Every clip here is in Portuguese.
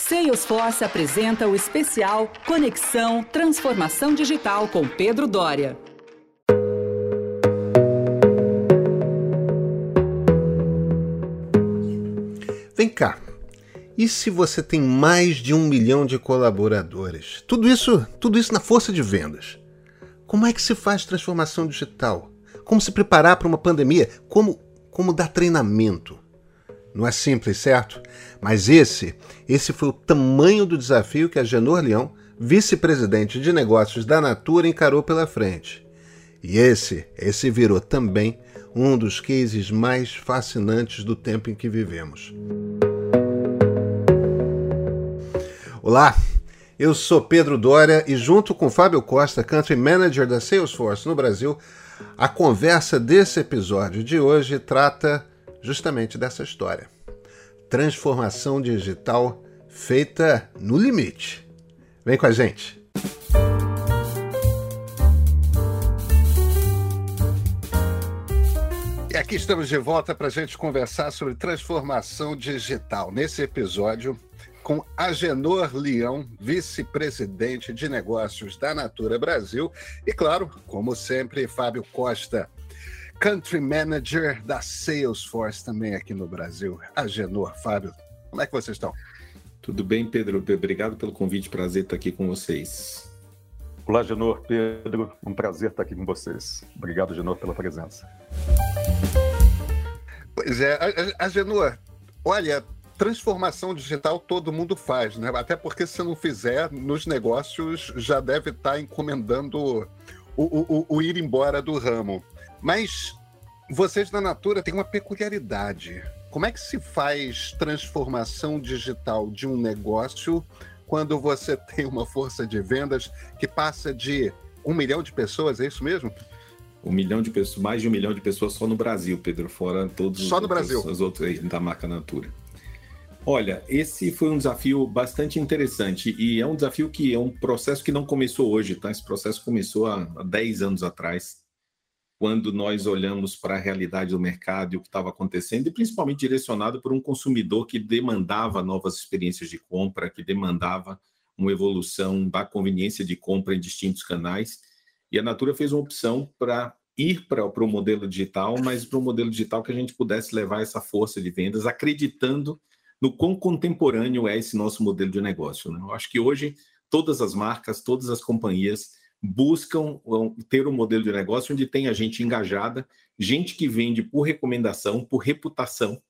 Salesforce apresenta o especial Conexão Transformação Digital com Pedro Doria. Vem cá, e se você tem mais de 1 milhão de colaboradores? Tudo isso na força de vendas. Como é que se faz transformação digital? Como se preparar para uma pandemia? Como dar treinamento? Não é simples, certo? Mas esse foi o tamanho do desafio que a Agenor Leão, vice-presidente de negócios da Natura, encarou pela frente. E esse virou também um dos cases mais fascinantes do tempo em que vivemos. Olá, eu sou Pedro Doria e junto com Fábio Costa, Country Manager da Salesforce no Brasil, a conversa desse episódio de hoje trata justamente dessa história. Transformação digital feita no limite. Vem com a gente. E aqui estamos de volta para a gente conversar sobre transformação digital. Nesse episódio, com Agenor Leão, vice-presidente de negócios da Natura Brasil. E claro, como sempre, Fábio Costa, Country Manager da Salesforce também aqui no Brasil. Agenor, Fábio, como é que vocês estão? Tudo bem, Pedro? Obrigado pelo convite, prazer estar aqui com vocês. Olá, Agenor, Pedro, um prazer estar aqui com vocês. Obrigado, Agenor, pela presença. Pois é, Agenor, olha, transformação digital todo mundo faz, né? Até porque se não fizer, nos negócios já deve estar encomendando o ir embora do ramo. Mas vocês da Natura têm uma peculiaridade. Como é que se faz transformação digital de um negócio quando você tem uma força de vendas que passa de 1 milhão de pessoas, é isso mesmo? 1 milhão de pessoas, mais de 1 milhão de pessoas só no Brasil, Pedro, fora todos só no Brasil. Os outros da marca Natura. Olha, esse foi um desafio bastante interessante e é um desafio que é um processo que não começou hoje, tá? Esse processo começou há 10 anos atrás, quando nós olhamos para a realidade do mercado e o que estava acontecendo, e principalmente direcionado por um consumidor que demandava novas experiências de compra, que demandava uma evolução da conveniência de compra em distintos canais. E a Natura fez uma opção para ir para o modelo digital, mas para o modelo digital que a gente pudesse levar essa força de vendas, acreditando no quão contemporâneo é esse nosso modelo de negócio, né? Eu acho que hoje todas as marcas, todas as companhias buscam ter um modelo de negócio onde tem a gente engajada, gente que vende por recomendação, por reputação,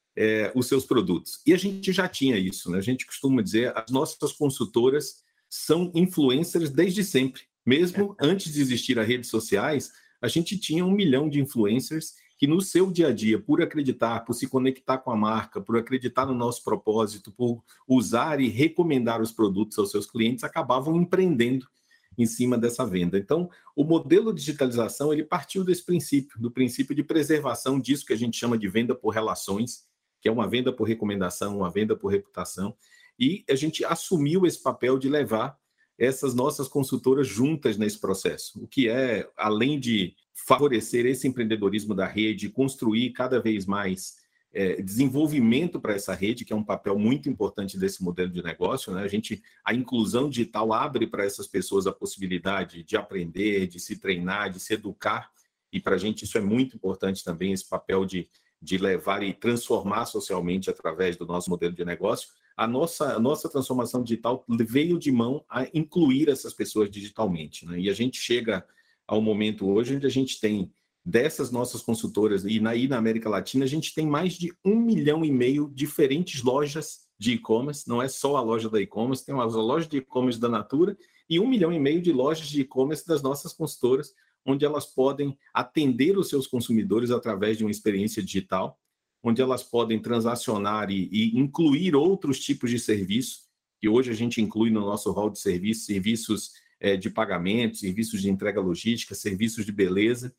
os seus produtos. E a gente já tinha isso, né? A gente costuma dizer, as nossas consultoras são influencers desde sempre. Mesmo antes de existir as redes sociais, a gente tinha 1 milhão de influencers que no seu dia a dia, por acreditar, por se conectar com a marca, por acreditar no nosso propósito, por usar e recomendar os produtos aos seus clientes, acabavam empreendendo em cima dessa venda. Então, o modelo de digitalização, ele partiu desse princípio, do princípio de preservação disso que a gente chama de venda por relações, que é uma venda por recomendação, uma venda por reputação, e a gente assumiu esse papel de levar essas nossas consultoras juntas nesse processo, o que é, além de favorecer esse empreendedorismo da rede, construir cada vez mais desenvolvimento para essa rede, que é um papel muito importante desse modelo de negócio, né? A inclusão digital abre para essas pessoas a possibilidade de aprender, de se treinar, de se educar, e para a gente isso é muito importante também, esse papel de levar e transformar socialmente através do nosso modelo de negócio. A nossa transformação digital veio de mão a incluir essas pessoas digitalmente, né? E a gente chega ao momento hoje onde a gente tem dessas nossas consultoras, e na América Latina, a gente tem mais de 1,5 milhão diferentes lojas de e-commerce, não é só a loja da e-commerce, tem as lojas de e-commerce da Natura e 1,5 milhão de lojas de e-commerce das nossas consultoras, onde elas podem atender os seus consumidores através de uma experiência digital, onde elas podem transacionar e incluir outros tipos de serviços, que hoje a gente inclui no nosso rol de serviços de pagamento, serviços de entrega logística, serviços de beleza,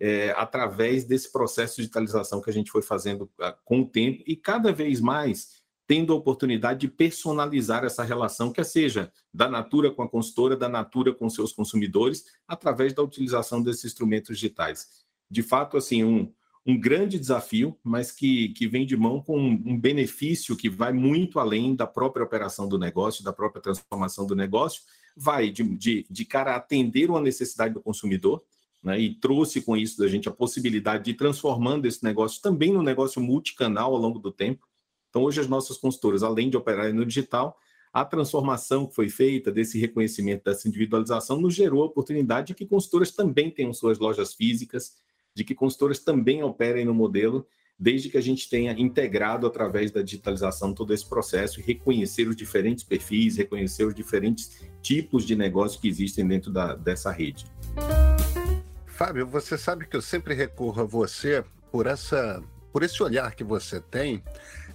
através desse processo de digitalização que a gente foi fazendo com o tempo e cada vez mais tendo a oportunidade de personalizar essa relação, que seja da Natura com a consultora, da Natura com seus consumidores, através da utilização desses instrumentos digitais. De fato, assim, um grande desafio, mas que vem de mão com um benefício que vai muito além da própria operação do negócio, da própria transformação do negócio, vai de cara a atender uma necessidade do consumidor, né, e trouxe com isso da gente a possibilidade de ir transformando esse negócio também num negócio multicanal ao longo do tempo. Então, hoje as nossas consultoras, além de operarem no digital, a transformação que foi feita desse reconhecimento, dessa individualização, nos gerou a oportunidade de que consultoras também tenham suas lojas físicas, de que consultoras também operem no modelo, desde que a gente tenha integrado através da digitalização todo esse processo e reconhecer os diferentes perfis, reconhecer os diferentes tipos de negócio que existem dentro dessa rede. Fábio, você sabe que eu sempre recorro a você por esse olhar que você tem,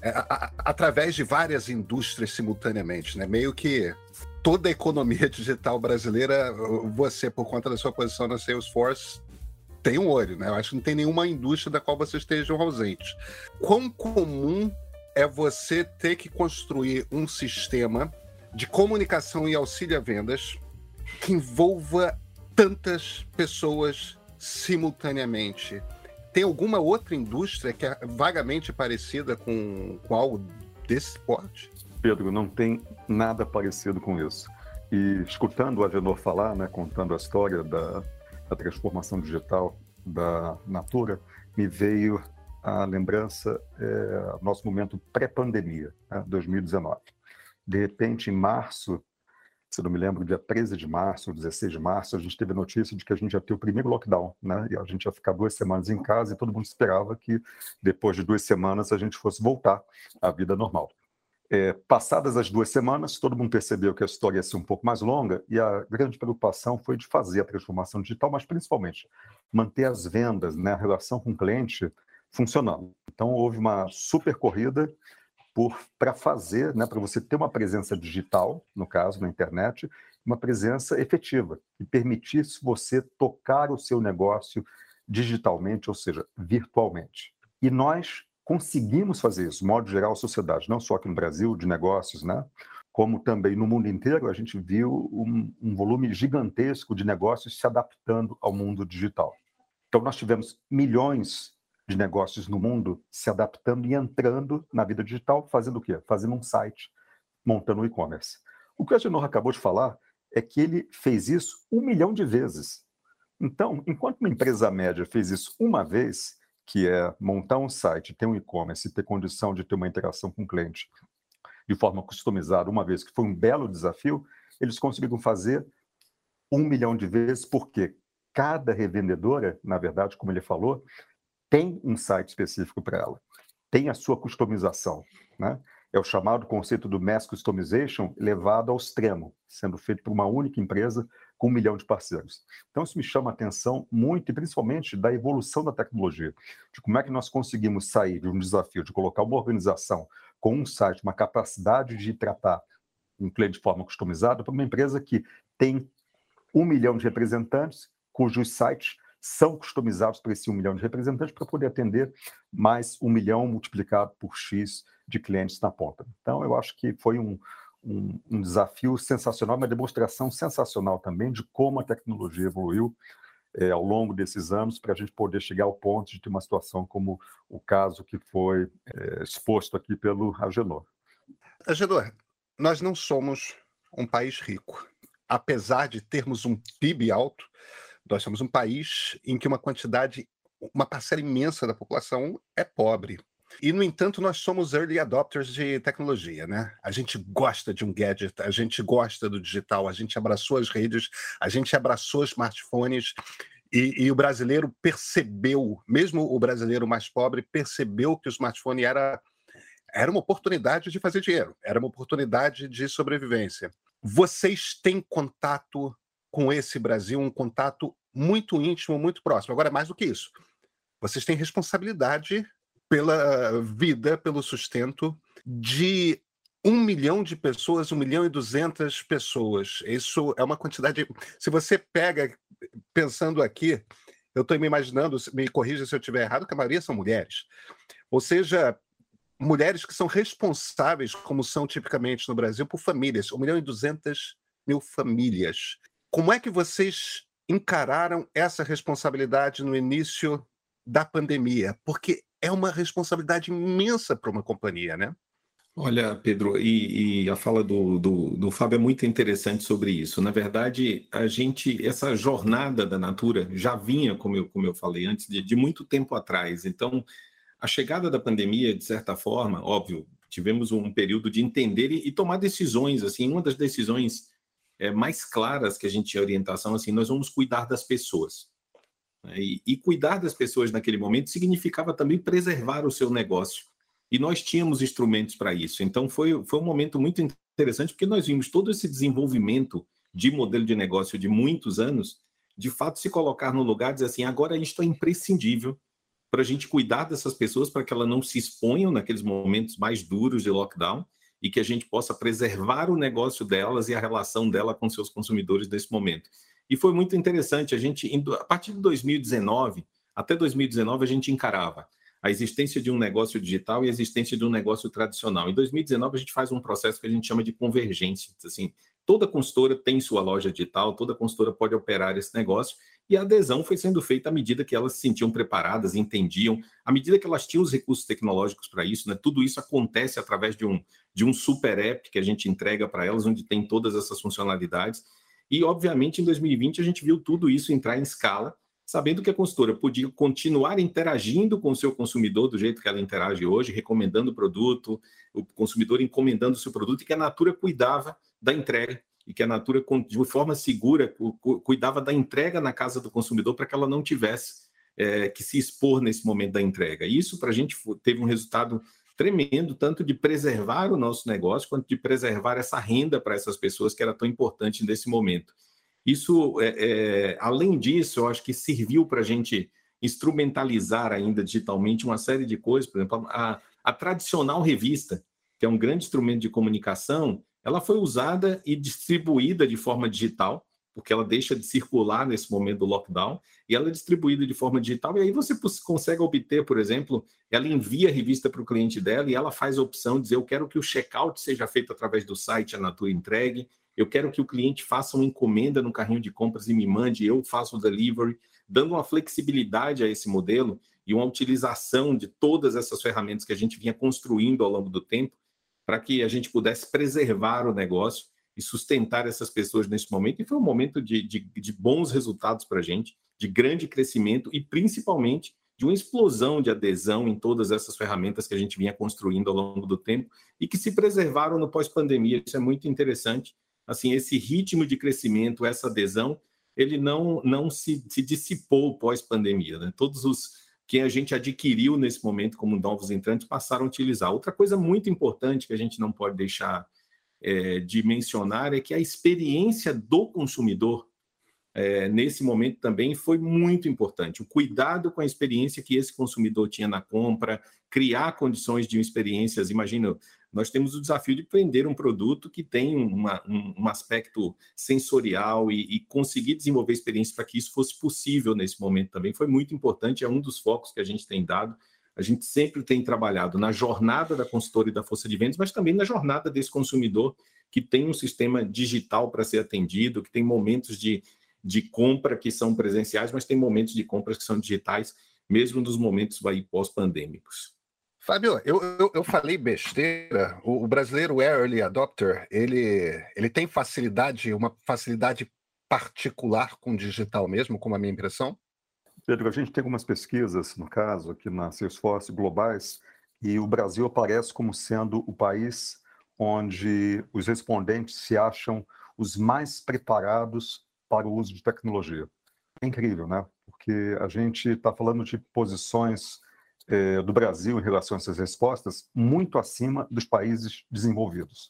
através de várias indústrias simultaneamente, né? Meio que toda a economia digital brasileira, você, por conta da sua posição na Salesforce, tem um olho, né? Eu acho que não tem nenhuma indústria da qual vocês estejam ausentes. Quão comum é você ter que construir um sistema de comunicação e auxílio a vendas que envolva tantas pessoas simultaneamente? Tem alguma outra indústria que é vagamente parecida com algo desse porte? Pedro, não tem nada parecido com isso. E escutando o Agenor falar, né, contando a história da transformação digital da Natura, me veio a lembrança, nosso momento pré-pandemia, né, 2019. De repente, em março, se não me lembro, dia 13 de março, 16 de março, a gente teve a notícia de que a gente ia ter o primeiro lockdown, né? E a gente ia ficar 2 semanas em casa e todo mundo esperava que, depois de 2 semanas, a gente fosse voltar à vida normal. Passadas as 2 semanas, todo mundo percebeu que a história ia ser um pouco mais longa e a grande preocupação foi de fazer a transformação digital, mas principalmente manter as vendas, né, a relação com o cliente funcionando. Então, houve uma super corrida para fazer, né, para você ter uma presença digital, no caso, na internet, uma presença efetiva, que permitisse você tocar o seu negócio digitalmente, ou seja, virtualmente. E nós conseguimos fazer isso, de modo geral, a sociedade, não só aqui no Brasil, de negócios, né, como também no mundo inteiro, a gente viu um volume gigantesco de negócios se adaptando ao mundo digital. Então, nós tivemos milhões de negócios no mundo se adaptando e entrando na vida digital, fazendo o quê? Fazendo um site, montando um e-commerce. O que o Agenor acabou de falar é que ele fez isso 1 milhão de vezes. Então, enquanto uma empresa média fez isso uma vez, que é montar um site, ter um e-commerce, ter condição de ter uma interação com o cliente de forma customizada uma vez, que foi um belo desafio, eles conseguiram fazer 1 milhão de vezes, porque cada revendedora, na verdade, como ele falou, tem um site específico para ela, tem a sua customização, né? É o chamado conceito do mass customization levado ao extremo, sendo feito por uma única empresa com 1 milhão de parceiros. Então, isso me chama a atenção muito, e principalmente da evolução da tecnologia, de como é que nós conseguimos sair de um desafio de colocar uma organização com um site, uma capacidade de tratar um cliente de forma customizada, para uma empresa que tem 1 milhão de representantes, cujos sites são customizados para esse 1 milhão de representantes para poder atender mais 1 milhão multiplicado por X de clientes na ponta. Então, eu acho que foi um desafio sensacional, uma demonstração sensacional também de como a tecnologia evoluiu ao longo desses anos para a gente poder chegar ao ponto de ter uma situação como o caso que foi exposto aqui pelo Agenor. Agenor, nós não somos um país rico. Apesar de termos um PIB alto, nós somos um país em que uma parcela imensa da população é pobre. E, no entanto, nós somos early adopters de tecnologia, né? A gente gosta de um gadget, a gente gosta do digital, a gente abraçou as redes, a gente abraçou os smartphones e o brasileiro percebeu, mesmo o brasileiro mais pobre, percebeu que o smartphone era uma oportunidade de fazer dinheiro, era uma oportunidade de sobrevivência. Vocês têm contato com esse Brasil, um contato muito íntimo, muito próximo. Agora, mais do que isso, vocês têm responsabilidade pela vida, pelo sustento de 1 milhão de pessoas, 1 milhão e 200 pessoas. Isso é uma quantidade... Se você pega, pensando aqui, eu estou me imaginando, me corrija se eu estiver errado, que a maioria são mulheres. Ou seja, mulheres que são responsáveis, como são tipicamente no Brasil, por famílias. 1 milhão e 200 mil famílias. Como é que vocês encararam essa responsabilidade no início da pandemia? Porque é uma responsabilidade imensa para uma companhia, né? Olha, Pedro, e a fala do Fábio é muito interessante sobre isso. Na verdade, essa jornada da Natura já vinha, como eu falei antes, de muito tempo atrás. Então, a chegada da pandemia, de certa forma, óbvio, tivemos um período de entender e tomar decisões. Assim, uma das decisões mais claras que a gente tinha orientação, assim, nós vamos cuidar das pessoas. E cuidar das pessoas naquele momento significava também preservar o seu negócio. E nós tínhamos instrumentos para isso. Então, foi um momento muito interessante, porque nós vimos todo esse desenvolvimento de modelo de negócio de muitos anos, de fato, se colocar no lugar e dizer assim, agora isto é imprescindível para a gente cuidar dessas pessoas, para que elas não se exponham naqueles momentos mais duros de lockdown e que a gente possa preservar o negócio delas e a relação dela com seus consumidores nesse momento. E foi muito interessante. A partir de 2019, até 2019, a gente encarava a existência de um negócio digital e a existência de um negócio tradicional. Em 2019, a gente faz um processo que a gente chama de convergência. Assim, toda consultora tem sua loja digital, toda consultora pode operar esse negócio, e a adesão foi sendo feita à medida que elas se sentiam preparadas, entendiam, à medida que elas tinham os recursos tecnológicos para isso, né? Tudo isso acontece através de um super app que a gente entrega para elas, onde tem todas essas funcionalidades. E, obviamente, em 2020, a gente viu tudo isso entrar em escala, sabendo que a consultora podia continuar interagindo com o seu consumidor do jeito que ela interage hoje, recomendando o produto, o consumidor encomendando o seu produto, e que a Natura cuidava da entrega, e que a Natura, de forma segura, cuidava da entrega na casa do consumidor para que ela não tivesse que se expor nesse momento da entrega. E isso, para a gente, teve um resultado tremendo, tanto de preservar o nosso negócio, quanto de preservar essa renda para essas pessoas que era tão importante nesse momento. Isso, além disso, eu acho que serviu para a gente instrumentalizar ainda digitalmente uma série de coisas. Por exemplo, a tradicional revista, que é um grande instrumento de comunicação, ela foi usada e distribuída de forma digital, porque ela deixa de circular nesse momento do lockdown, e ela é distribuída de forma digital, e aí você consegue obter, por exemplo, ela envia a revista para o cliente dela e ela faz a opção de dizer, eu quero que o checkout seja feito através do site, a Natura entregue, eu quero que o cliente faça uma encomenda no carrinho de compras e me mande, eu faço o delivery, dando uma flexibilidade a esse modelo e uma utilização de todas essas ferramentas que a gente vinha construindo ao longo do tempo, para que a gente pudesse preservar o negócio e sustentar essas pessoas nesse momento. E foi um momento de bons resultados para a gente, de grande crescimento e, principalmente, de uma explosão de adesão em todas essas ferramentas que a gente vinha construindo ao longo do tempo e que se preservaram no pós-pandemia. Isso é muito interessante. Assim, esse ritmo de crescimento, essa adesão, ele não se dissipou pós-pandemia, né? Todos os que a gente adquiriu nesse momento como novos entrantes passaram a utilizar. Outra coisa muito importante que a gente não pode deixar de mencionar é que a experiência do consumidor nesse momento também foi muito importante. O cuidado com a experiência que esse consumidor tinha na compra, criar condições de experiências. Imagina, nós temos o desafio de vender um produto que tem um aspecto sensorial e conseguir desenvolver experiências para que isso fosse possível nesse momento também. Foi muito importante, é um dos focos que a gente tem dado. A gente sempre tem trabalhado na jornada da consultora e da força de vendas, mas também na jornada desse consumidor que tem um sistema digital para ser atendido, que tem momentos de compra que são presenciais, mas tem momentos de compras que são digitais, mesmo nos momentos pós-pandêmicos. Fábio, eu falei besteira. O brasileiro é early adopter, ele tem uma facilidade particular com digital mesmo, como a minha impressão? Pedro, a gente tem algumas pesquisas, no caso, aqui na Salesforce globais, e o Brasil aparece como sendo o país onde os respondentes se acham os mais preparados para o uso de tecnologia. É incrível, né? Porque a gente está falando de posições do Brasil em relação a essas respostas muito acima dos países desenvolvidos.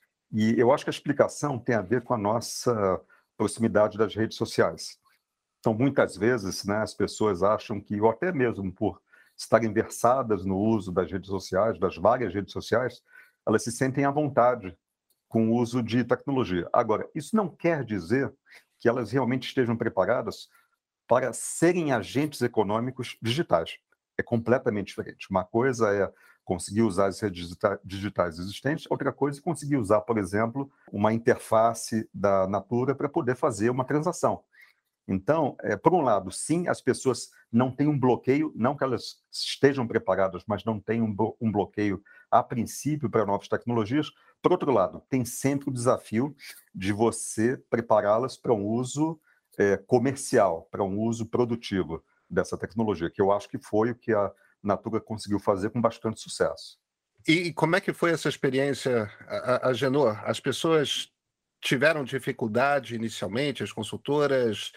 E eu acho que a explicação tem a ver com a nossa proximidade das redes sociais. Então, muitas vezes, né, as pessoas acham que, ou até mesmo por estarem versadas no uso das redes sociais, das várias redes sociais, elas se sentem à vontade com o uso de tecnologia. Agora, isso não quer dizer que elas realmente estejam preparadas para serem agentes econômicos digitais. É completamente diferente. Uma coisa é conseguir usar as redes digitais existentes, outra coisa é conseguir usar, por exemplo, uma interface da Natura para poder fazer uma transação. Então, por um lado, sim, as pessoas não têm um bloqueio, não que elas estejam preparadas, mas não têm um bloqueio a princípio para novas tecnologias. Por outro lado, tem sempre o desafio de você prepará-las para um uso comercial, para um uso produtivo dessa tecnologia, que eu acho que foi o que a Natura conseguiu fazer com bastante sucesso. E como é que foi essa experiência, Agenor? As pessoas tiveram dificuldade inicialmente, as consultoras?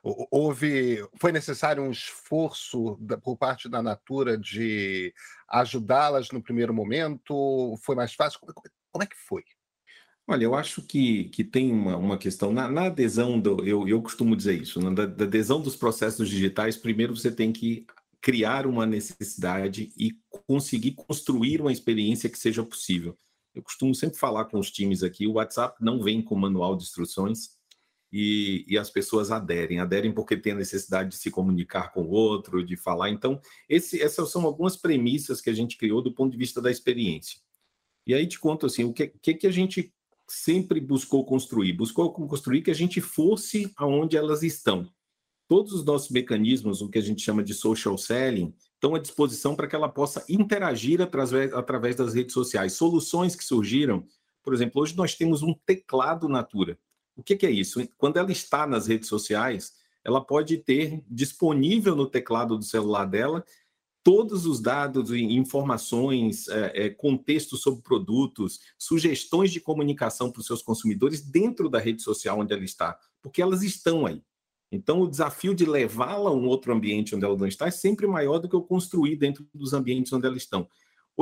Foi necessário um esforço por parte da Natura de ajudá-las no primeiro momento? Foi mais fácil? Como é que foi? Olha, eu acho que tem uma questão, na adesão, eu costumo dizer isso, da adesão dos processos digitais, primeiro você tem que criar uma necessidade e conseguir construir uma experiência que seja possível. Eu costumo sempre falar com os times aqui, o WhatsApp não vem com manual de instruções e as pessoas aderem porque tem a necessidade de se comunicar com o outro, de falar. Então, essas são algumas premissas que a gente criou do ponto de vista da experiência. E aí te conto assim, o que a gente sempre buscou construir? Buscou construir que a gente fosse aonde elas estão. Todos os nossos mecanismos, o que a gente chama de social selling, estão à disposição para que ela possa interagir através das redes sociais. Soluções que surgiram, por exemplo, hoje nós temos um teclado Natura. O que é isso? Quando ela está nas redes sociais, ela pode ter disponível no teclado do celular dela todos os dados, informações, contextos sobre produtos, sugestões de comunicação para os seus consumidores dentro da rede social onde ela está, porque elas estão aí. Então, o desafio de levá-la a um outro ambiente onde ela não está é sempre maior do que o construir dentro dos ambientes onde elas estão.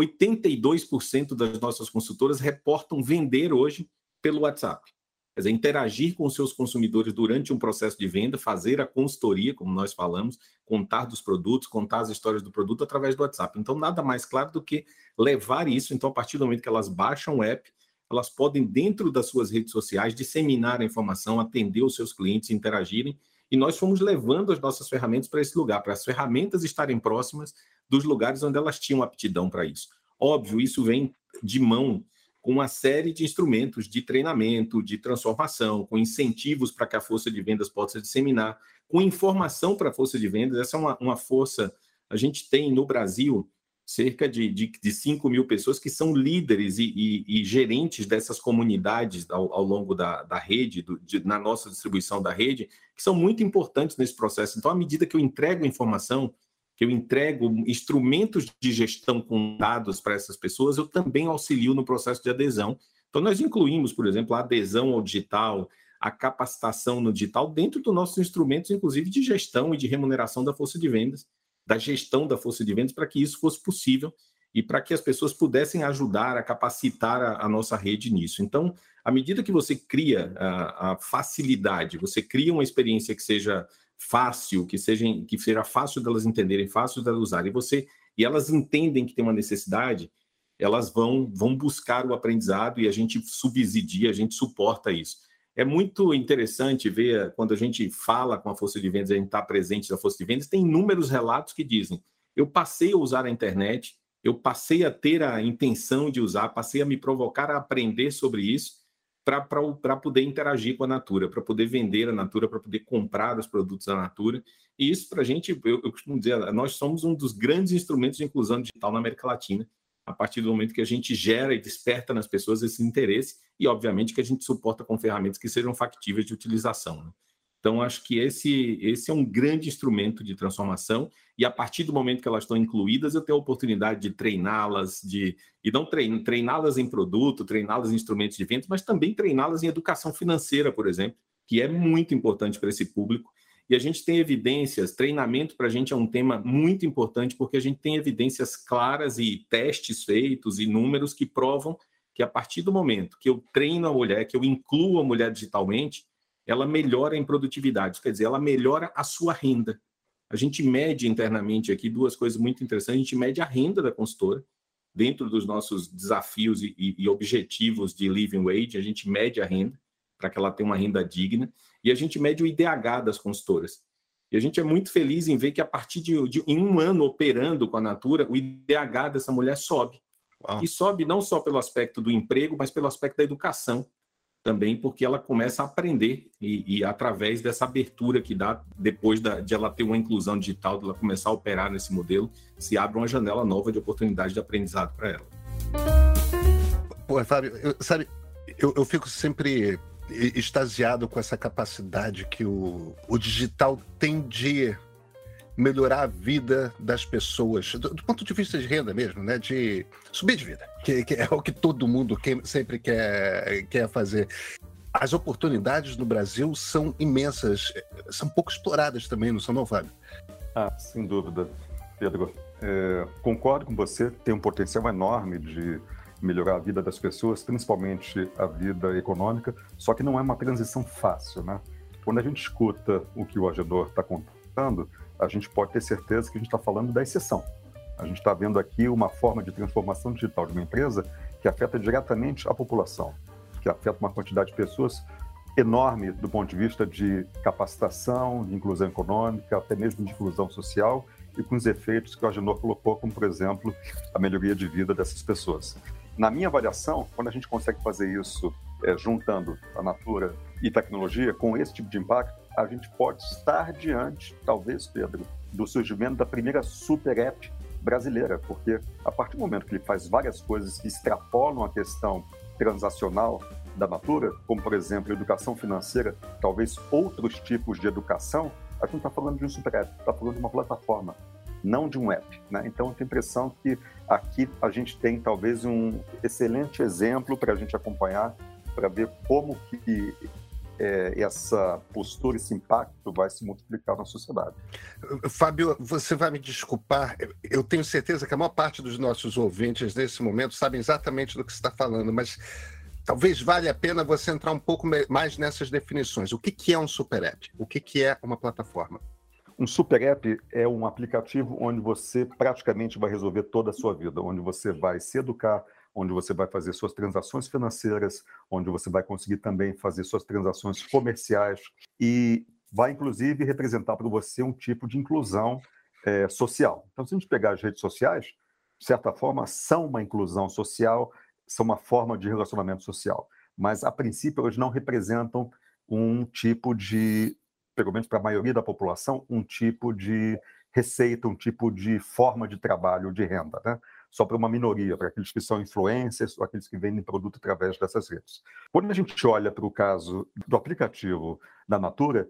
82% das nossas consultoras reportam vender hoje pelo WhatsApp. Quer dizer, interagir com os seus consumidores durante um processo de venda, fazer a consultoria, como nós falamos, contar dos produtos, contar as histórias do produto através do WhatsApp. Então, nada mais claro do que levar isso. Então, a partir do momento que elas baixam o app, elas podem, dentro das suas redes sociais, disseminar a informação, atender os seus clientes, interagirem. E nós fomos levando as nossas ferramentas para esse lugar, para as ferramentas estarem próximas dos lugares onde elas tinham aptidão para isso. Óbvio, isso vem de mão com uma série de instrumentos de treinamento, de transformação, com incentivos para que a força de vendas possa disseminar, com informação para a força de vendas. Essa é uma força, a gente tem no Brasil cerca de 5 mil pessoas que são líderes e gerentes dessas comunidades ao longo da rede, na nossa distribuição da rede, que são muito importantes nesse processo. Então, à medida que eu entrego informação, que eu entrego instrumentos de gestão com dados para essas pessoas, eu também auxilio no processo de adesão. Então, nós incluímos, por exemplo, a adesão ao digital, a capacitação no digital, dentro dos nossos instrumentos, inclusive de gestão e de remuneração da força de vendas, da gestão da força de vendas, para que isso fosse possível e para que as pessoas pudessem ajudar a capacitar a nossa rede nisso. Então, à medida que você cria a facilidade, você cria uma experiência que seja fácil, que seja fácil delas entenderem, fácil delas usarem, e elas entendem que tem uma necessidade, elas vão buscar o aprendizado e a gente subsidia, a gente suporta isso. É muito interessante ver, quando a gente fala com a força de vendas, a gente está presente na força de vendas, tem inúmeros relatos que dizem, eu passei a usar a internet, eu passei a ter a intenção de usar, passei a me provocar a aprender sobre isso, para poder interagir com a Natura, para poder vender a Natura, para poder comprar os produtos da Natura. E isso, para a gente, eu costumo dizer, nós somos um dos grandes instrumentos de inclusão digital na América Latina, a partir do momento que a gente gera e desperta nas pessoas esse interesse e, obviamente, que a gente suporta com ferramentas que sejam factíveis de utilização, né? Então, acho que esse é um grande instrumento de transformação e, a partir do momento que elas estão incluídas, eu tenho a oportunidade de treiná-las, e não treiná-las em produto, treiná-las em instrumentos de vendas, mas também treiná-las em educação financeira, por exemplo, que é muito importante para esse público. E a gente tem evidências, treinamento para a gente é um tema muito importante, porque a gente tem evidências claras e testes feitos e números que provam que, a partir do momento que eu treino a mulher, que eu incluo a mulher digitalmente, ela melhora em produtividade, quer dizer, ela melhora a sua renda. A gente mede internamente aqui duas coisas muito interessantes. A gente mede a renda da consultora, dentro dos nossos desafios e objetivos de living wage, a gente mede a renda, para que ela tenha uma renda digna, e a gente mede o IDH das consultoras. E a gente é muito feliz em ver que, a partir de um ano operando com a Natura, o IDH dessa mulher sobe. Uau. E sobe não só pelo aspecto do emprego, mas pelo aspecto da educação. também porque ela começa a aprender e através dessa abertura que dá depois de ela ter uma inclusão digital, de ela começar a operar nesse modelo, se abre uma janela nova de oportunidade de aprendizado para ela. Pô, Fábio, eu fico sempre extasiado com essa capacidade que o digital tem de melhorar a vida das pessoas, do ponto de vista de renda mesmo, né? De subir de vida, que é o que todo mundo sempre quer fazer. As oportunidades no Brasil são imensas, são pouco exploradas também, não são, não, Fábio? Sem dúvida, Pedro. Concordo com você, tem um potencial enorme de melhorar a vida das pessoas, principalmente a vida econômica, só que não é uma transição fácil, né? Quando a gente escuta o que o Agenor está contando, a gente pode ter certeza que a gente está falando da exceção. A gente está vendo aqui uma forma de transformação digital de uma empresa que afeta diretamente a população, que afeta uma quantidade de pessoas enorme do ponto de vista de capacitação, de inclusão econômica, até mesmo de inclusão social, e com os efeitos que o Agenor colocou, como, por exemplo, a melhoria de vida dessas pessoas. Na minha avaliação, quando a gente consegue fazer isso juntando a Natura e tecnologia, com esse tipo de impacto, a gente pode estar diante, talvez, Pedro, do surgimento da primeira super app brasileira, porque a partir do momento que ele faz várias coisas que extrapolam a questão transacional da Natura, como, por exemplo, educação financeira, talvez outros tipos de educação, a gente está falando de um super app, está falando de uma plataforma, não de um app, né? Então, eu tenho a impressão que aqui a gente tem talvez um excelente exemplo para a gente acompanhar, para ver como que essa postura, esse impacto vai se multiplicar na sociedade. Fábio, você vai me desculpar, eu tenho certeza que a maior parte dos nossos ouvintes nesse momento sabem exatamente do que você está falando, mas talvez valha a pena você entrar um pouco mais nessas definições. O que é um super app? O que é uma plataforma? Um super app é um aplicativo onde você praticamente vai resolver toda a sua vida, onde você vai se educar, onde você vai fazer suas transações financeiras, onde você vai conseguir também fazer suas transações comerciais e vai, inclusive, representar para você um tipo de inclusão social. Então, se a gente pegar as redes sociais, de certa forma, são uma inclusão social, são uma forma de relacionamento social, mas, a princípio, elas não representam um tipo de, pelo menos para a maioria da população, um tipo de receita, um tipo de forma de trabalho, de renda, né? Só para uma minoria, para aqueles que são influencers ou aqueles que vendem produto através dessas redes. Quando a gente olha para o caso do aplicativo da Natura,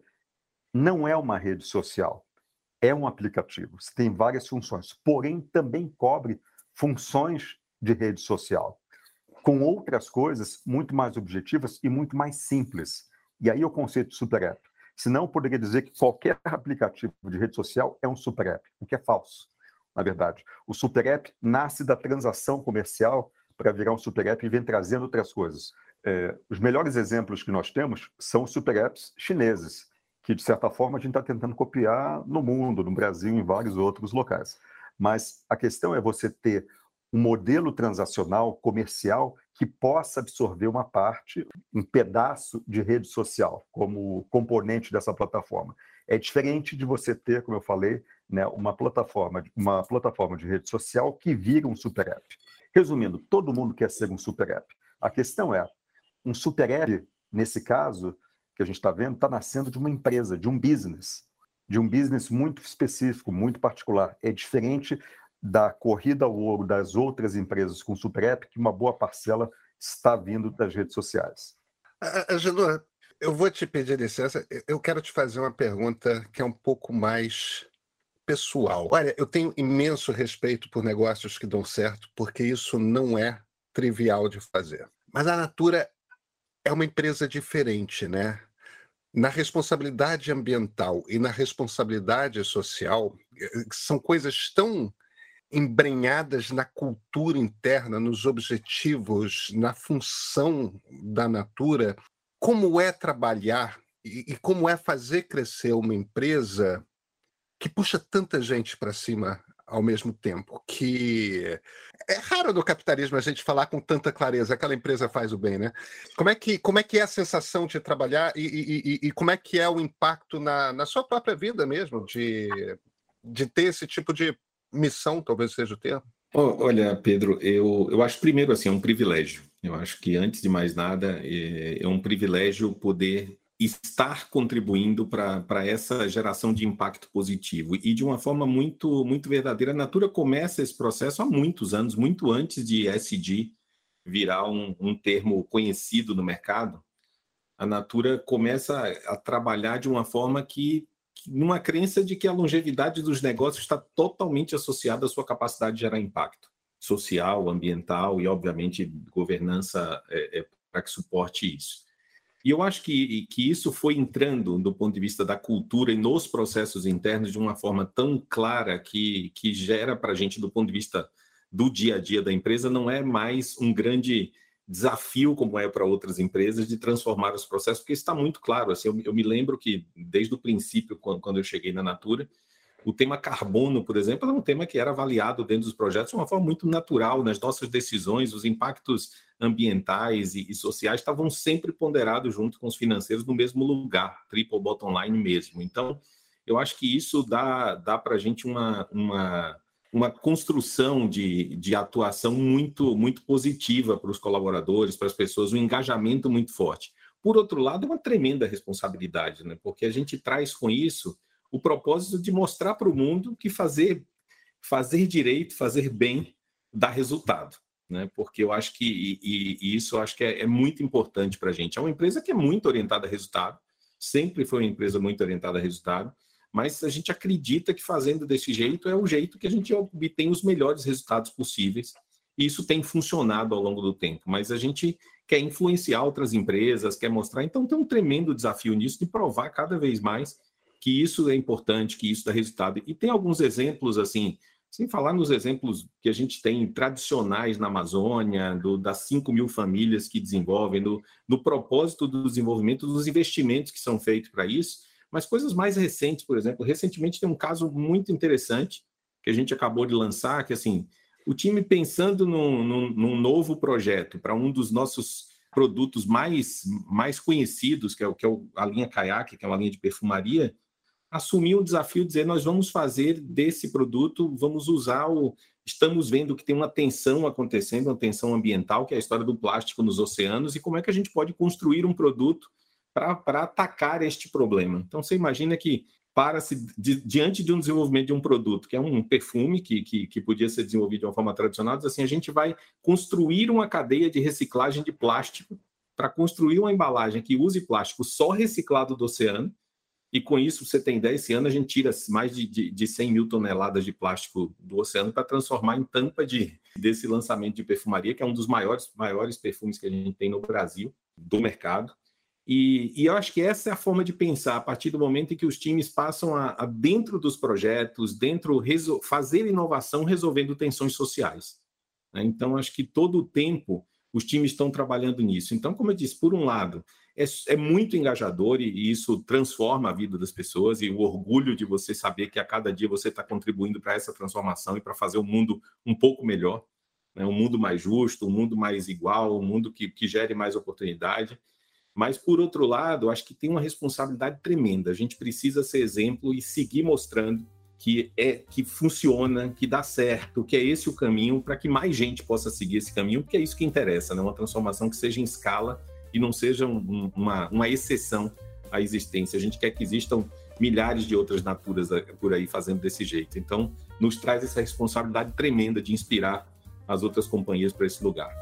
não é uma rede social, é um aplicativo. Você tem várias funções, porém também cobre funções de rede social, com outras coisas muito mais objetivas e muito mais simples. E aí o conceito de super app. Senão, eu poderia dizer que qualquer aplicativo de rede social é um super app, o que é falso. Na verdade, o super app nasce da transação comercial para virar um super app e vem trazendo outras coisas. Os melhores exemplos que nós temos são os super apps chineses, que, de certa forma, a gente está tentando copiar no mundo, no Brasil, em vários outros locais. Mas a questão é você ter um modelo transacional comercial que possa absorver uma parte, um pedaço de rede social como componente dessa plataforma. É diferente de você ter, como eu falei, né, uma plataforma de rede social que vira um super app. Resumindo, todo mundo quer ser um super app. A questão é, um super app, nesse caso, que a gente está vendo, está nascendo de uma empresa, de um business muito específico, muito particular. É diferente da corrida ao ouro das outras empresas com super app, que uma boa parcela está vindo das redes sociais. Agenor, eu vou te pedir licença, eu quero te fazer uma pergunta que é um pouco mais pessoal. Olha, eu tenho imenso respeito por negócios que dão certo, porque isso não é trivial de fazer. Mas a Natura é uma empresa diferente, né? Na responsabilidade ambiental e na responsabilidade social, são coisas tão embrenhadas na cultura interna, nos objetivos, na função da Natura. Como é trabalhar e como é fazer crescer uma empresa que puxa tanta gente para cima ao mesmo tempo, que é raro no capitalismo a gente falar com tanta clareza, aquela empresa faz o bem, né? Como é que é a sensação de trabalhar e como é que é o impacto na sua própria vida mesmo, de ter esse tipo de missão, talvez seja o termo? Olha, Pedro, eu acho primeiro assim, é um privilégio. Eu acho que, antes de mais nada, é um privilégio poder estar contribuindo para essa geração de impacto positivo. E de uma forma muito, muito verdadeira. A Natura começa esse processo há muitos anos, muito antes de ESG virar um termo conhecido no mercado. A Natura começa a trabalhar de uma forma numa crença de que a longevidade dos negócios está totalmente associada à sua capacidade de gerar impacto social, ambiental e, obviamente, governança para que suporte isso. E eu acho que isso foi entrando do ponto de vista da cultura e nos processos internos de uma forma tão clara que gera para a gente, do ponto de vista do dia a dia da empresa, não é mais um grande desafio, como é para outras empresas, de transformar os processos, porque isso está muito claro. Assim, eu me lembro que, desde o princípio, quando eu cheguei na Natura, o tema carbono, por exemplo, era um tema que era avaliado dentro dos projetos de uma forma muito natural. Nas nossas decisões, os impactos ambientais e sociais estavam sempre ponderados junto com os financeiros no mesmo lugar, triple bottom line mesmo. Então, eu acho que isso dá para a gente uma construção de atuação muito, muito positiva para os colaboradores, para as pessoas, um engajamento muito forte. Por outro lado, é uma tremenda responsabilidade, né? Porque a gente traz com isso o propósito de mostrar para o mundo que fazer direito, fazer bem, dá resultado, né? Porque eu acho que isso eu acho que é muito importante para a gente. É uma empresa que é muito orientada a resultado, sempre foi uma empresa muito orientada a resultado, mas a gente acredita que fazendo desse jeito é o jeito que a gente obtém os melhores resultados possíveis, e isso tem funcionado ao longo do tempo, mas a gente quer influenciar outras empresas, quer mostrar, então tem um tremendo desafio nisso de provar cada vez mais que isso é importante, que isso dá resultado. E tem alguns exemplos, assim, sem falar nos exemplos que a gente tem tradicionais na Amazônia, das 5.000 famílias que desenvolvem, do propósito do desenvolvimento, dos investimentos que são feitos para isso, mas coisas mais recentes, por exemplo. Recentemente tem um caso muito interessante que a gente acabou de lançar, que assim, o time pensando num novo projeto para um dos nossos produtos mais conhecidos, que é a linha Caiaque, que é uma linha de perfumaria, assumiu o desafio de dizer, nós vamos fazer desse produto, vamos usar estamos vendo que tem uma tensão acontecendo, uma tensão ambiental, que é a história do plástico nos oceanos, e como é que a gente pode construir um produto para atacar este problema. Então, você imagina que, diante de um desenvolvimento de um produto, que é um perfume que podia ser desenvolvido de uma forma tradicional, diz assim, a gente vai construir uma cadeia de reciclagem de plástico para construir uma embalagem que use plástico só reciclado do oceano, e com isso, você tem ideia, esse ano a gente tira mais de 100 mil toneladas de plástico do oceano para transformar em tampa desse lançamento de perfumaria, que é um dos maiores perfumes que a gente tem no Brasil, do mercado. E eu acho que essa é a forma de pensar, a partir do momento em que os times passam a dentro dos projetos, fazer inovação resolvendo tensões sociais, né? Então, acho que todo o tempo os times estão trabalhando nisso. Então, como eu disse, por um lado, é muito engajador e isso transforma a vida das pessoas, e o orgulho de você saber que a cada dia você está contribuindo para essa transformação e para fazer o mundo um pouco melhor, né? Um mundo mais justo, um mundo mais igual, um mundo que gere mais oportunidade. Mas, por outro lado, acho que tem uma responsabilidade tremenda. A gente precisa ser exemplo e seguir mostrando que funciona, que dá certo, que é esse o caminho, para que mais gente possa seguir esse caminho, porque é isso que interessa, né? Uma transformação que seja em escala e não seja uma exceção à existência. A gente quer que existam milhares de outras naturas por aí fazendo desse jeito. Então, nos traz essa responsabilidade tremenda de inspirar as outras companhias para esse lugar.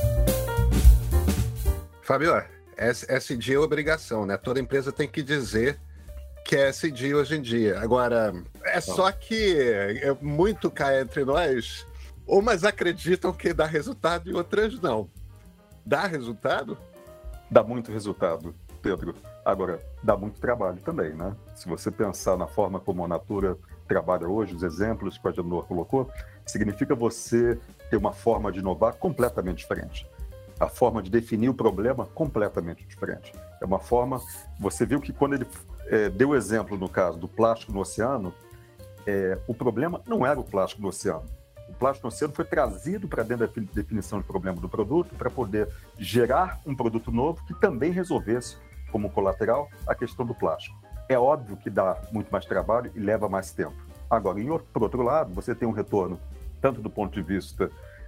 Fábio, ESG é obrigação, né? Toda empresa tem que dizer que é ESG hoje em dia. Agora, só que muito cá entre nós, umas acreditam que dá resultado e outras não. Dá resultado? Dá muito resultado, Pedro. Agora, dá muito trabalho também, né? Se você pensar na forma como a Natura trabalha hoje, os exemplos que a Agenor colocou, significa você ter uma forma de inovar completamente diferente. A forma de definir o problema completamente diferente. É uma forma... Você viu que quando ele deu o exemplo, no caso, do plástico no oceano, o problema não era o plástico no oceano. O plástico no oceano foi trazido para dentro da definição de problema do produto para poder gerar um produto novo que também resolvesse, como colateral, a questão do plástico. É óbvio que dá muito mais trabalho e leva mais tempo. Agora, por outro lado, você tem um retorno, tanto do ponto de vista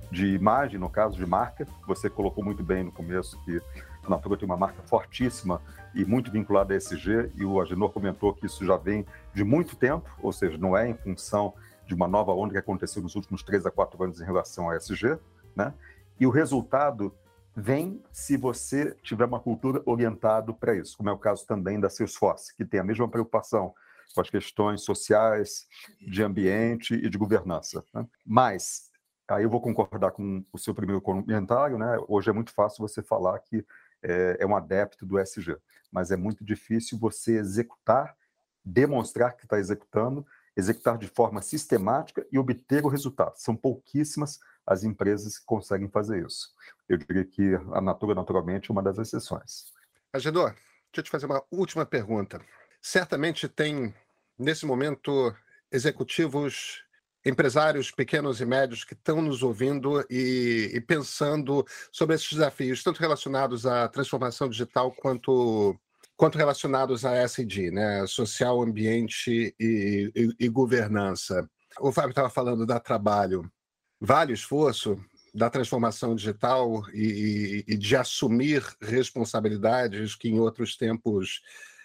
de imagem, no caso de marca. Você colocou muito bem no começo que a Natura tem uma marca fortíssima e muito vinculada a ESG, e o Agenor comentou que isso já vem de muito tempo, ou seja, não é em função de uma nova onda que aconteceu nos últimos 3 a 4 anos em relação a ESG, né? E o resultado vem se você tiver uma cultura orientada para isso, como é o caso também da Salesforce, que tem a mesma preocupação com as questões sociais, de ambiente e de governança, né? Mas, aí eu vou concordar com o seu primeiro comentário, né? Hoje é muito fácil você falar que é um adepto do ESG, mas é muito difícil você executar, demonstrar que está executando, executar de forma sistemática e obter o resultado. São pouquíssimas as empresas que conseguem fazer isso. Eu diria que a Natura, naturalmente, é uma das exceções. Agenor, deixa eu te fazer uma última pergunta. Certamente tem, nesse momento, executivos, empresários pequenos e médios que estão nos ouvindo e pensando sobre esses desafios, tanto relacionados à transformação digital quanto relacionados à ESG, né? Social, ambiente e governança. O Fábio estava falando da trabalho. Vale o esforço da transformação digital e de assumir responsabilidades que em outros tempos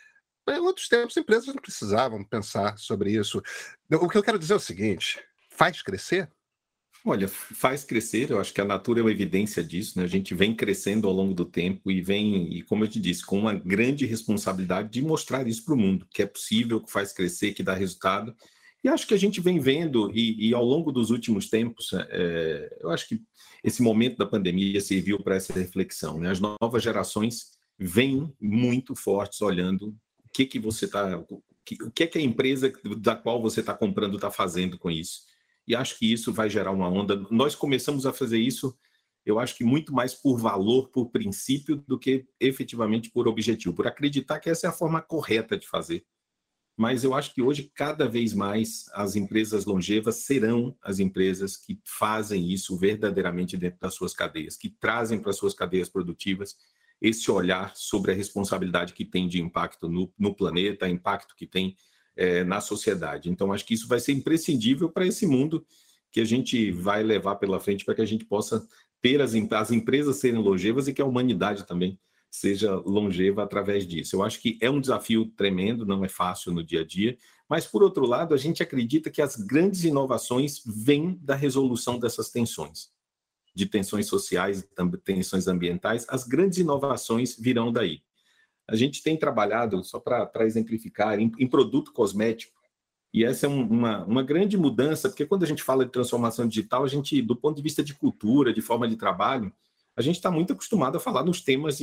empresas não precisavam pensar sobre isso. O que eu quero dizer é o seguinte: faz crescer? Olha, faz crescer. Eu acho que a Natura é uma evidência disso, né? A gente vem crescendo ao longo do tempo e como eu te disse, com uma grande responsabilidade de mostrar isso para o mundo, que é possível, que faz crescer, que dá resultado. E acho que a gente vem vendo, e ao longo dos últimos tempos, eu acho que esse momento da pandemia serviu para essa reflexão, né? As novas gerações vêm muito fortes olhando o que você está, o que é que a empresa da qual você está comprando está fazendo com isso. E acho que isso vai gerar uma onda. Nós começamos a fazer isso, eu acho que muito mais por valor, por princípio, do que efetivamente por objetivo, por acreditar que essa é a forma correta de fazer. Mas eu acho que hoje, cada vez mais, as empresas longevas serão as empresas que fazem isso verdadeiramente dentro das suas cadeias, que trazem para as suas cadeias produtivas esse olhar sobre a responsabilidade que tem de impacto no planeta, impacto que tem na sociedade. Então, acho que isso vai ser imprescindível para esse mundo que a gente vai levar pela frente para que a gente possa ter as empresas serem longevas e que a humanidade também seja longeva através disso. Eu acho que é um desafio tremendo, não é fácil no dia a dia, mas, por outro lado, a gente acredita que as grandes inovações vêm da resolução dessas tensões, de tensões sociais e também tensões ambientais. As grandes inovações virão daí. A gente tem trabalhado, só para exemplificar, em produto cosmético, e essa é uma grande mudança, porque quando a gente fala de transformação digital, a gente, do ponto de vista de cultura, de forma de trabalho, a gente está muito acostumado a falar nos temas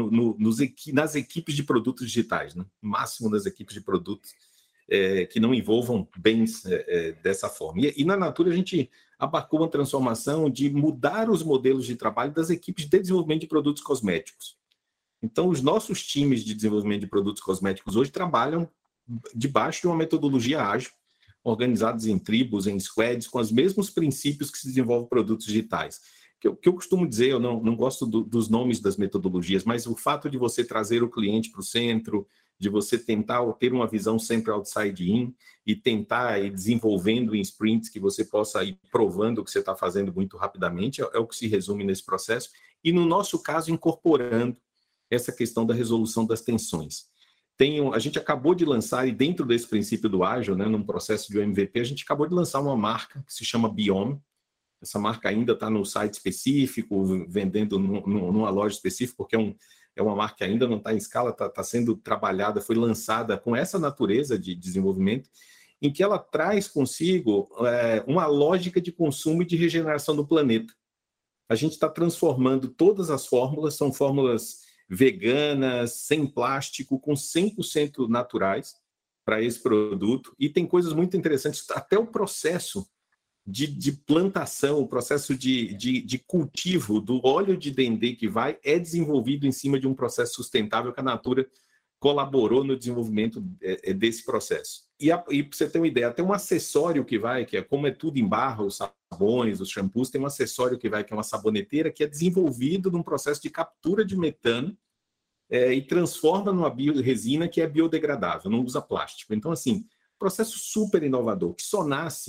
nas equipes de produtos digitais, né? O máximo das equipes de produtos que não envolvam bens dessa forma. E na Natura a gente abarcou uma transformação de mudar os modelos de trabalho das equipes de desenvolvimento de produtos cosméticos. Então, os nossos times de desenvolvimento de produtos cosméticos hoje trabalham debaixo de uma metodologia ágil, organizados em tribos, em squads, com os mesmos princípios que se desenvolvem produtos digitais. Que eu costumo dizer, eu não gosto dos nomes das metodologias, mas o fato de você trazer o cliente para o centro, de você tentar ter uma visão sempre outside in e tentar ir desenvolvendo em sprints que você possa ir provando o que você está fazendo muito rapidamente, é o que se resume nesse processo. E, no nosso caso, incorporando essa questão da resolução das tensões. A gente acabou de lançar, e dentro desse princípio do ágil, né, num processo de MVP, a gente acabou de lançar uma marca que se chama Biome. Essa marca ainda está no site específico, vendendo numa loja específica, porque é uma marca que ainda não está em escala, está sendo trabalhada, foi lançada com essa natureza de desenvolvimento, em que ela traz consigo uma lógica de consumo e de regeneração do planeta. A gente está transformando todas as fórmulas, são fórmulas veganas, sem plástico, com 100% naturais para esse produto, e tem coisas muito interessantes, até o processo de plantação, o processo de cultivo do óleo de dendê que é desenvolvido em cima de um processo sustentável que a Natura colaborou no desenvolvimento desse processo. E para você ter uma ideia, tem um acessório que é como é tudo em barra, os sabões, os shampoos, tem um acessório que é uma saboneteira que é desenvolvido num processo de captura de metano e transforma numa bioresina que é biodegradável, não usa plástico. Então, assim, processo super inovador, que só nasce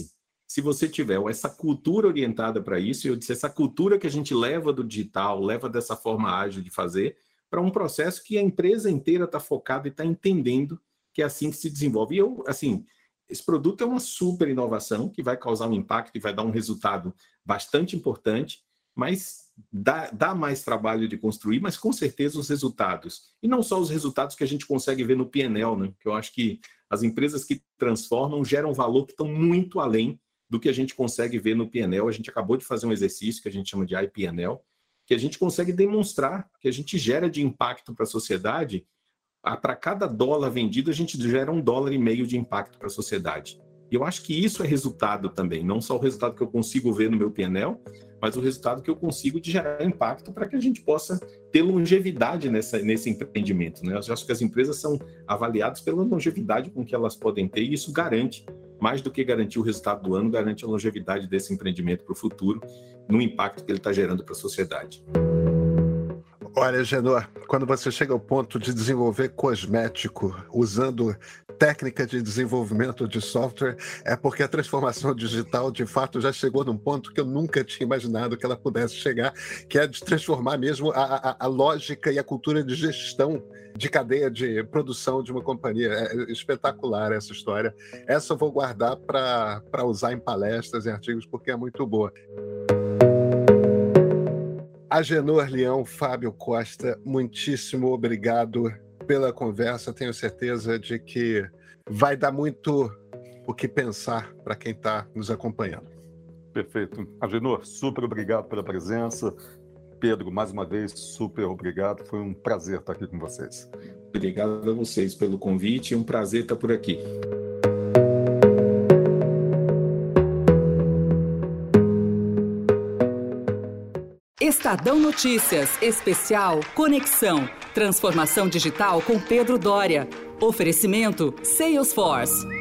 se você tiver essa cultura orientada para isso, eu disse, essa cultura que a gente leva do digital, leva dessa forma ágil de fazer, para um processo que a empresa inteira está focada e está entendendo que é assim que se desenvolve. E eu, assim, esse produto é uma super inovação que vai causar um impacto e vai dar um resultado bastante importante, mas dá mais trabalho de construir, mas com certeza os resultados. E não só os resultados que a gente consegue ver no P&L, né? Que eu acho que as empresas que transformam geram valor que estão muito além do que a gente consegue ver no P&L. A gente acabou de fazer um exercício que a gente chama de iP&L, que a gente consegue demonstrar que a gente gera de impacto para a sociedade. Para cada dólar vendido, a gente gera $1,50 de impacto para a sociedade. E eu acho que isso é resultado também, não só o resultado que eu consigo ver no meu P&L, mas o resultado que eu consigo de gerar impacto para que a gente possa ter longevidade nesse empreendimento, né? Eu acho que as empresas são avaliadas pela longevidade com que elas podem ter, e isso garante, mais do que garantir o resultado do ano, garante a longevidade desse empreendimento para o futuro, no impacto que ele está gerando para a sociedade. Olha, Agenor, quando você chega ao ponto de desenvolver cosmético usando técnica de desenvolvimento de software, é porque a transformação digital, de fato, já chegou num ponto que eu nunca tinha imaginado que ela pudesse chegar, que é de transformar mesmo a lógica e a cultura de gestão de cadeia de produção de uma companhia. É espetacular essa história. Essa eu vou guardar para usar em palestras e artigos, porque é muito boa. Agenor Leão, Fábio Costa, muitíssimo obrigado pela conversa. Tenho certeza de que vai dar muito o que pensar para quem está nos acompanhando. Perfeito. Agenor, super obrigado pela presença. Pedro, mais uma vez, super obrigado. Foi um prazer estar aqui com vocês. Obrigado a vocês pelo convite. É um prazer estar por aqui. Estadão Notícias, especial Conexão, transformação digital com Pedro Doria. Oferecimento Salesforce.